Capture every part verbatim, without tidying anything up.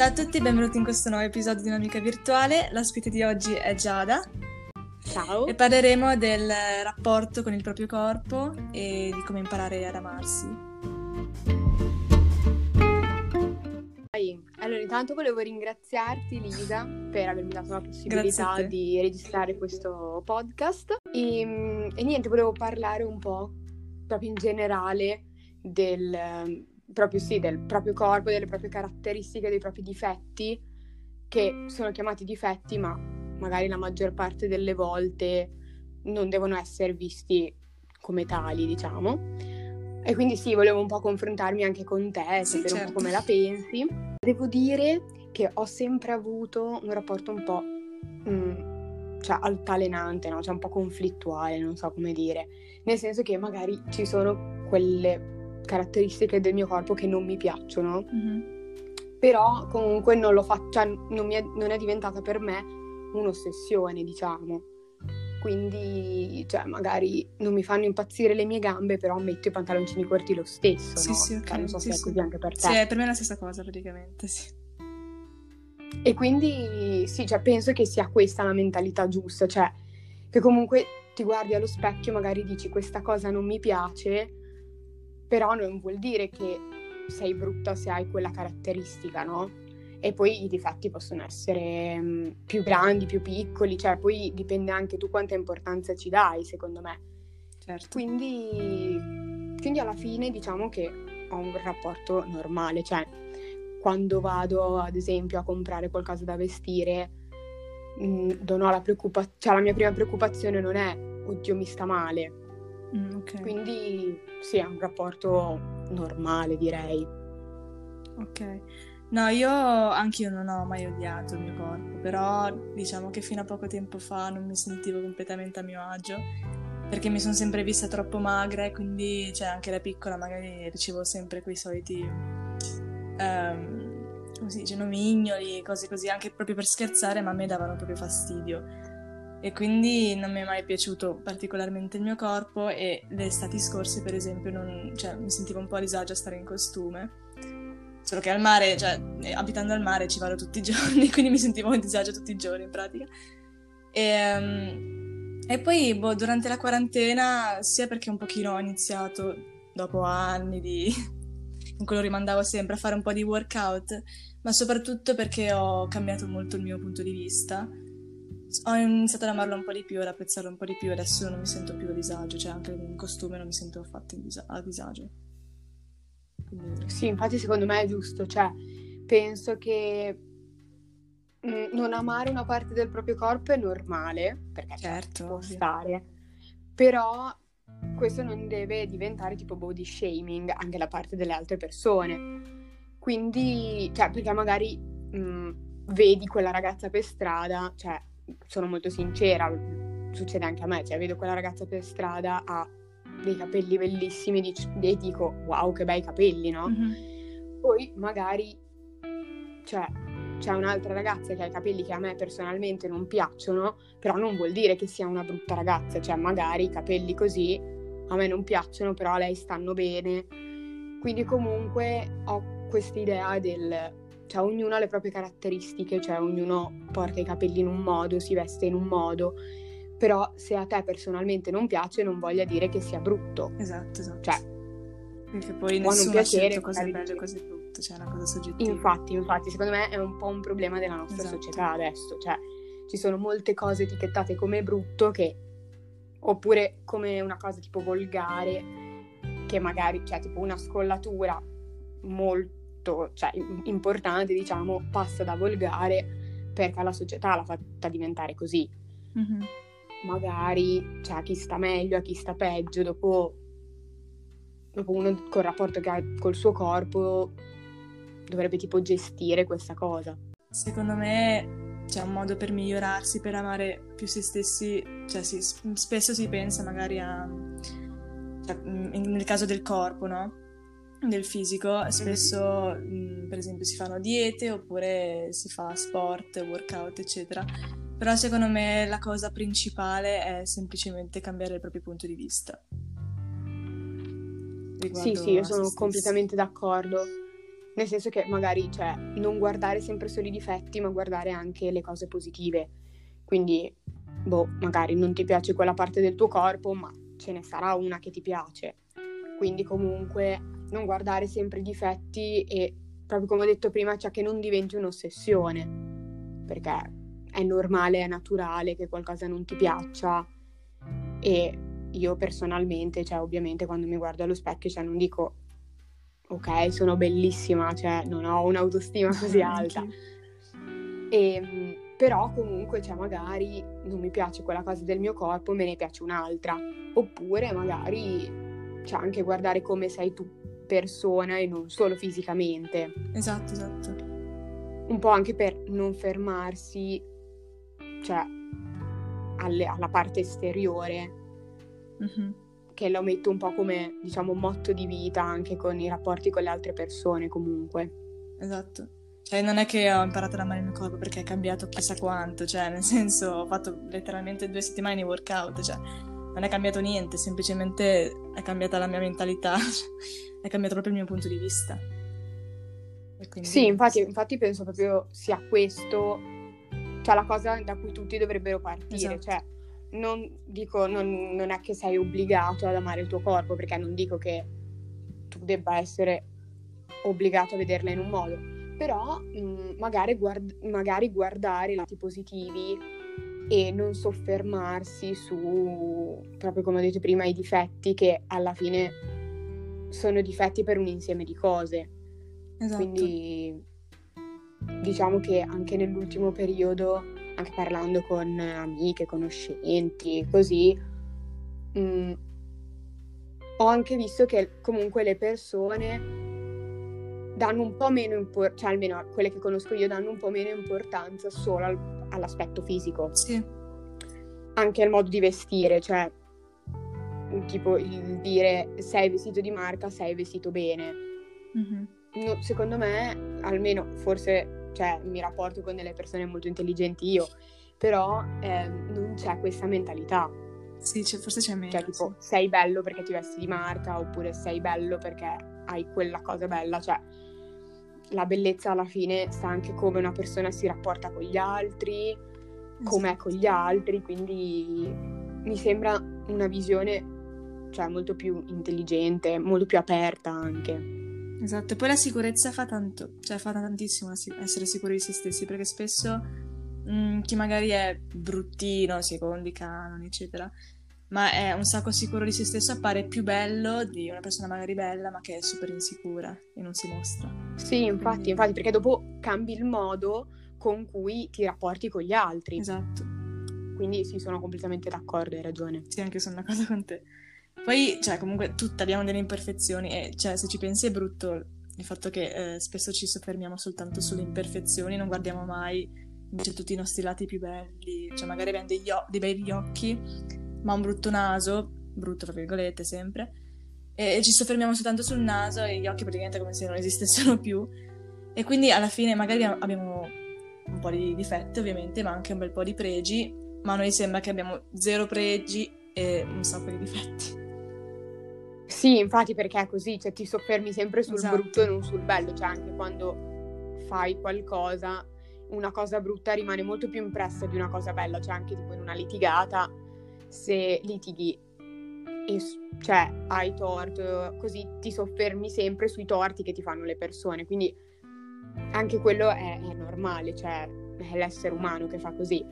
Ciao a tutti, benvenuti in questo nuovo episodio di Un'Amica Virtuale. L'ospite di oggi è Giada. Ciao. E parleremo del rapporto con il proprio corpo e di come imparare ad amarsi. Allora, intanto volevo ringraziarti, Lisa, per avermi dato la possibilità di registrare questo podcast. E, e niente, volevo parlare un po' proprio in generale del proprio sì, del proprio corpo, delle proprie caratteristiche, dei propri difetti, che sono chiamati difetti, ma magari la maggior parte delle volte non devono essere visti come tali, diciamo. E quindi sì, volevo un po' confrontarmi anche con te, Sì, sapere certo. un po' come la pensi. Devo dire che ho sempre avuto un rapporto un po' mh, cioè altalenante, no? Cioè un po' conflittuale, non so come dire. Nel senso che magari ci sono quelle caratteristiche del mio corpo che non mi piacciono, Mm-hmm. però comunque non lo faccio, cioè non, mi è, non è diventata per me un'ossessione, diciamo. Quindi, cioè, magari non mi fanno impazzire le mie gambe, però metto i pantaloncini corti lo stesso, Sì, no? sì, ok. Cioè, non so sì, se sì. è così anche per te. Sì, è per me è la stessa cosa praticamente, sì. E quindi, sì, cioè, penso che sia questa la mentalità giusta, cioè, che comunque ti guardi allo specchio, magari dici questa cosa non mi piace, però non vuol dire che sei brutta se hai quella caratteristica, no? E poi i difetti possono essere mh, più grandi, più piccoli, cioè poi dipende anche tu quanta importanza ci dai, secondo me. Certo. Quindi, quindi alla fine diciamo che ho un rapporto normale, cioè quando vado ad esempio a comprare qualcosa da vestire mh, non ho la preoccupazione, cioè la mia prima preoccupazione non è oddio mi sta male. Mm, ok. Quindi sì, è un rapporto normale, direi. Ok. No, io anch'io non ho mai odiato il mio corpo, però diciamo che fino a poco tempo fa non mi sentivo completamente a mio agio, perché mi sono sempre vista troppo magra e quindi, cioè, anche da piccola magari ricevo sempre quei soliti, um, come si dice, nomignoli, cose così, anche proprio per scherzare, ma a me davano proprio fastidio. E quindi non mi è mai piaciuto particolarmente il mio corpo e le estati scorse, per esempio, non, cioè, mi sentivo un po' a disagio a stare in costume. Solo che al mare, cioè, abitando al mare ci vado tutti i giorni, quindi mi sentivo a disagio tutti i giorni in pratica. E, um, e poi, boh, durante la quarantena, sia perché un pochino ho iniziato, dopo anni di... in cui lo rimandavo sempre, a fare un po' di workout, ma soprattutto perché ho cambiato molto il mio punto di vista. Ho iniziato ad amarlo un po' di più, ad apprezzarlo un po' di più, adesso non mi sento più a disagio, cioè anche in costume non mi sento affatto in disa- a disagio. Quindi... Sì, infatti secondo me è giusto, cioè penso che mh, non amare una parte del proprio corpo è normale, perché certo, cioè, può ovvio. stare, però questo non deve diventare tipo body shaming anche da parte delle altre persone. Quindi, cioè, perché magari mh, vedi quella ragazza per strada, cioè, sono molto sincera, succede anche a me, cioè, vedo quella ragazza per strada, ha dei capelli bellissimi dic- e dico, wow, che bei capelli, no? Mm-hmm. Poi magari, cioè, c'è un'altra ragazza che ha i capelli che a me personalmente non piacciono, però non vuol dire che sia una brutta ragazza, cioè, magari i capelli così a me non piacciono, però a lei stanno bene. Quindi comunque ho questa idea del, cioè ognuno ha le proprie caratteristiche, cioè ognuno porta i capelli in un modo, si veste in un modo, però se a te personalmente non piace non voglia dire che sia brutto. Esatto, esatto. Cioè, perché poi può non nessuno ha piacere, scelto cose magari belle o dici- cose brutte, cioè è una cosa soggettiva. Infatti, infatti, secondo me è un po' un problema della nostra Esatto. società adesso, cioè ci sono molte cose etichettate come brutto che, oppure come una cosa tipo volgare, che magari, cioè tipo una scollatura molto, cioè importante, diciamo, passa da volgare perché la società l'ha fatta diventare così. Mm-hmm. Magari c'è a chi sta meglio, a chi sta peggio, dopo, dopo uno col rapporto che ha col suo corpo dovrebbe tipo gestire questa cosa. Secondo me c'è un modo per migliorarsi, per amare più se stessi, cioè sì, spesso si pensa magari a, cioè, nel caso del corpo, no? Del fisico, spesso mh, per esempio si fanno diete oppure si fa sport, workout eccetera, però secondo me la cosa principale è semplicemente cambiare il proprio punto di vista. Sì, sì, io sono completamente d'accordo. nel senso che magari, cioè, non guardare sempre solo i difetti, ma guardare anche le cose positive. Quindi, boh, magari non ti piace quella parte del tuo corpo, ma ce ne sarà una che ti piace. Quindi comunque non guardare sempre i difetti e, proprio come ho detto prima, cioè che non diventi un'ossessione, perché è normale, è naturale che qualcosa non ti piaccia. E io personalmente, cioè ovviamente quando mi guardo allo specchio, cioè non dico ok, sono bellissima, cioè non ho un'autostima così alta. E, però comunque, cioè magari non mi piace quella cosa del mio corpo, me ne piace un'altra. Oppure magari, cioè, anche guardare come sei tu persona e non solo fisicamente. Esatto, esatto. Un po' anche per non fermarsi, cioè, alle, alla parte esteriore, mm-hmm. che lo metto un po' come, diciamo, motto di vita anche con i rapporti con le altre persone comunque. Esatto. Cioè non è che ho imparato ad amare il mio corpo perché è cambiato chissà quanto, cioè nel senso ho fatto letteralmente due settimane di workout, cioè non è cambiato niente, semplicemente è cambiata la mia mentalità, è cambiato proprio il mio punto di vista. E quindi, sì, infatti, infatti penso proprio sia questo, cioè la cosa da cui tutti dovrebbero partire, esatto. Cioè non dico, non, non è che sei obbligato ad amare il tuo corpo, perché non dico che tu debba essere obbligato a vederla in un modo, però mh, magari, guard- magari guardare i lati positivi e non soffermarsi su, proprio come ho detto prima, i difetti, che alla fine sono difetti per un insieme di cose. Esatto. Quindi diciamo che anche nell'ultimo periodo, anche parlando con amiche, conoscenti, così, mh, ho anche visto che comunque le persone danno un po' meno importanza, cioè almeno quelle che conosco io danno un po' meno importanza solo al, all'aspetto fisico. Sì. Anche al modo di vestire, cioè tipo il dire sei vestito di marca, sei vestito bene. Mm-hmm. No, secondo me, almeno forse, cioè mi rapporto con delle persone molto intelligenti io, però eh, non c'è questa mentalità. Sì, c'è, forse c'è meno. Cioè tipo sì. sei bello perché ti vesti di marca, oppure sei bello perché hai quella cosa bella, cioè la bellezza alla fine sta anche come una persona si rapporta con gli altri, esatto. Com'è con gli altri, quindi mi sembra una visione, cioè, molto più intelligente, molto più aperta anche. Esatto, e poi la sicurezza fa tanto, cioè fa tantissimo essere sicuri di se stessi, perché spesso mh, chi magari è bruttino, secondo i canoni, eccetera, ma è un sacco sicuro di se stesso, appare più bello di una persona magari bella ma che è super insicura e non si mostra. Sì, infatti, Quindi... infatti, perché dopo cambi il modo con cui ti rapporti con gli altri. Esatto. Quindi sì, sono completamente d'accordo, hai ragione. Sì, anche sono d'accordo con te. Poi, cioè, comunque tutti abbiamo delle imperfezioni e, cioè, se ci pensi è brutto il fatto che eh, spesso ci soffermiamo soltanto sulle imperfezioni, non guardiamo mai invece tutti i nostri lati più belli, cioè magari abbiamo degli o- dei begli occhi, ma un brutto naso, brutto tra virgolette sempre, e, e ci soffermiamo soltanto sul naso e gli occhi praticamente come se non esistessero più, e quindi alla fine magari abbiamo un po' di difetti ovviamente, ma anche un bel po' di pregi, ma a noi sembra che abbiamo zero pregi e un sacco di difetti. Sì, infatti, perché è così, cioè ti soffermi sempre sul esatto. brutto e non sul bello, cioè anche quando fai qualcosa, una cosa brutta rimane molto più impressa di una cosa bella, cioè anche tipo in una litigata, se litighi e cioè hai torto, così ti soffermi sempre sui torti che ti fanno le persone, quindi anche quello è, è normale, cioè è l'essere umano che fa così.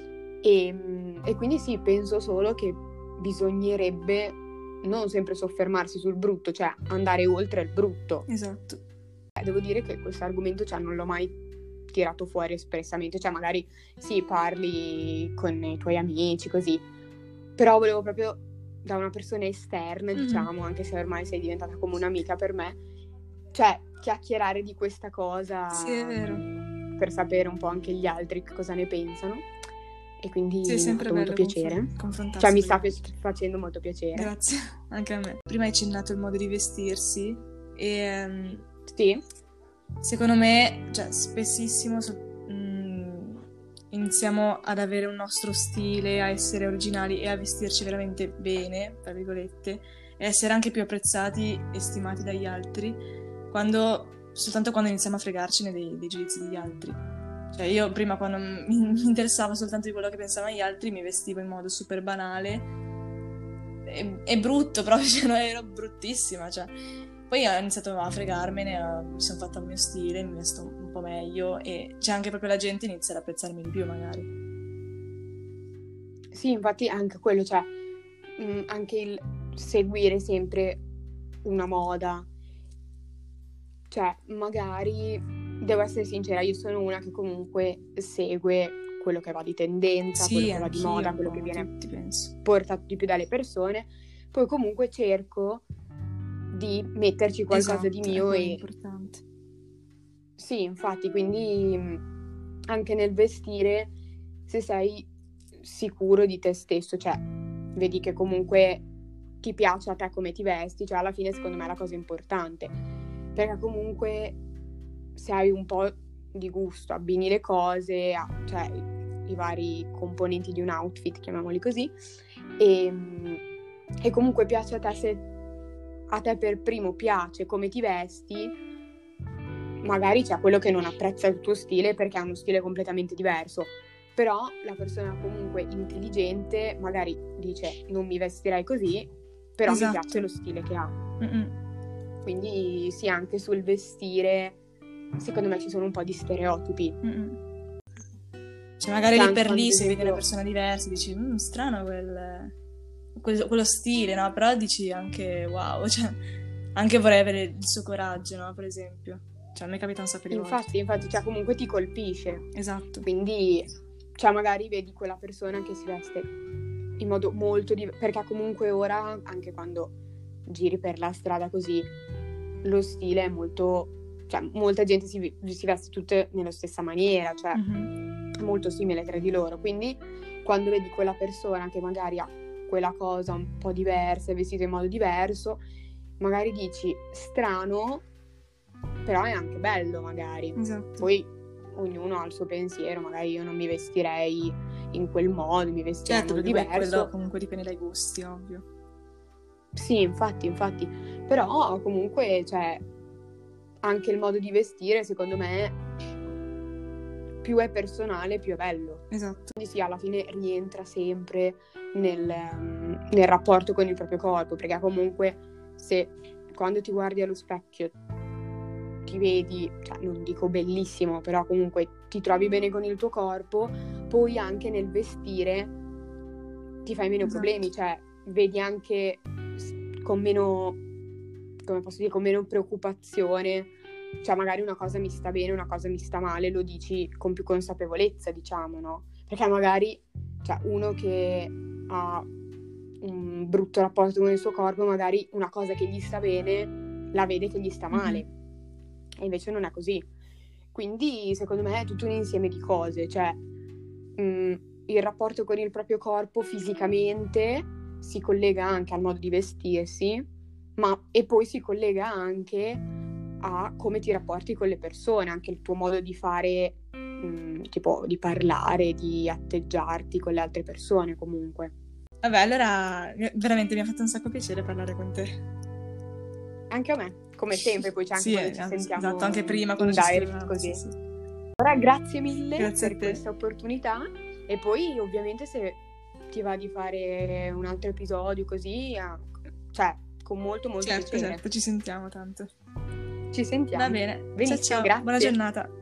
E, e quindi sì, penso solo che bisognerebbe non sempre soffermarsi sul brutto, cioè andare oltre il brutto. Esatto. Devo dire che questo argomento, cioè, non l'ho mai tirato fuori espressamente, cioè magari sì, parli con i tuoi amici così, però volevo proprio da una persona esterna, mm-hmm. diciamo, anche se ormai sei diventata come un'amica per me, cioè chiacchierare di questa cosa. Sì, è vero. Per sapere un po' anche gli altri cosa ne pensano. E quindi sì, mi ha fatto molto piacere. Confrontarsi. Cioè mi sta f- facendo molto piacere. Grazie, anche a me. Prima hai accennato il modo di vestirsi e um, sì. Secondo me, cioè, spessissimo so, mh, iniziamo ad avere un nostro stile, a essere originali e a vestirci veramente bene, tra virgolette, e essere anche più apprezzati e stimati dagli altri quando soltanto quando iniziamo a fregarcine dei, dei giudizi degli altri. Cioè io prima, quando mi, mi interessavo soltanto di quello che pensavano gli altri, mi vestivo in modo super banale e, e brutto proprio, cioè, no, ero bruttissima, cioè. Poi ho iniziato a fregarmene, mi sono fatta il mio stile, mi vesto un po' meglio e c'è anche proprio la gente inizia ad apprezzarmi di più magari. Sì, infatti anche quello, cioè mh, anche il seguire sempre una moda, cioè magari, devo essere sincera, io sono una che comunque segue quello che va di tendenza, sì, quello che va di moda, quello che viene tutti, penso. portato di più dalle persone, poi comunque cerco di metterci qualcosa esatto, di mio è e importante. Sì, infatti, quindi anche nel vestire, se sei sicuro di te stesso, cioè vedi che comunque ti piace a te come ti vesti, cioè alla fine secondo me è la cosa importante, perché comunque se hai un po' di gusto, abbini le cose, cioè i vari componenti di un outfit, chiamiamoli così, e, e comunque piace a te, se a te per primo piace come ti vesti, magari c'è quello che non apprezza il tuo stile perché ha uno stile completamente diverso, però la persona comunque intelligente magari dice non mi vestirei così, però esatto. mi piace lo stile che ha. Mm-mm. Quindi sì, anche sul vestire secondo me ci sono un po' di stereotipi. Mm-mm. Cioè magari lì per lì se vedi una persona diversa dici mmm, strano quel... Quello, quello stile, no? Però dici anche wow, cioè anche vorrei avere il suo coraggio, no? Per esempio, cioè a me capita un sacco di infatti, volte. Infatti, cioè comunque ti colpisce. Esatto. Quindi, cioè magari vedi quella persona che si veste in modo molto diverso, perché comunque ora, anche quando giri per la strada così, lo stile è molto, cioè molta gente si, si veste tutte nella stessa maniera, cioè mm-hmm. molto simile tra di loro. Quindi quando vedi quella persona che magari ha quella cosa un po' diversa, è vestito in modo diverso, magari dici strano, però è anche bello magari. Esatto. Poi ognuno ha il suo pensiero, magari io non mi vestirei in quel modo, mi vestirei certo, in modo diverso. Quello comunque dipende dai gusti, ovvio. Sì, infatti, infatti. Però comunque, cioè, anche il modo di vestire, secondo me, più è personale, più è bello. Esatto. Quindi sì, alla fine rientra sempre nel, nel rapporto con il proprio corpo, perché comunque se quando ti guardi allo specchio ti vedi, cioè non dico bellissimo, però comunque ti trovi bene con il tuo corpo, poi anche nel vestire ti fai meno esatto. problemi, cioè vedi anche con meno, come posso dire, con meno preoccupazione, cioè magari una cosa mi sta bene, una cosa mi sta male, lo dici con più consapevolezza, diciamo, no? Perché magari, cioè, uno che ha un brutto rapporto con il suo corpo, magari una cosa che gli sta bene la vede che gli sta male, mm-hmm. e invece non è così. Quindi secondo me è tutto un insieme di cose, cioè mh, il rapporto con il proprio corpo fisicamente si collega anche al modo di vestirsi, ma e poi si collega anche a come ti rapporti con le persone, anche il tuo modo di fare, mh, tipo di parlare, di atteggiarti con le altre persone comunque. Vabbè, allora veramente mi ha fatto un sacco piacere parlare con te. Anche a me, come sempre, poi c'è anche sì, quando eh, ci sentiamo esatto, anche prima quando in ci direct così. Sì, sì. Allora grazie mille grazie per questa opportunità e poi ovviamente se ti va di fare un altro episodio così, cioè con molto molto certo, piacere. Certo, ci sentiamo tanto. Ci sentiamo. Va bene. Benissimo, ciao, ciao. grazie. Buona giornata.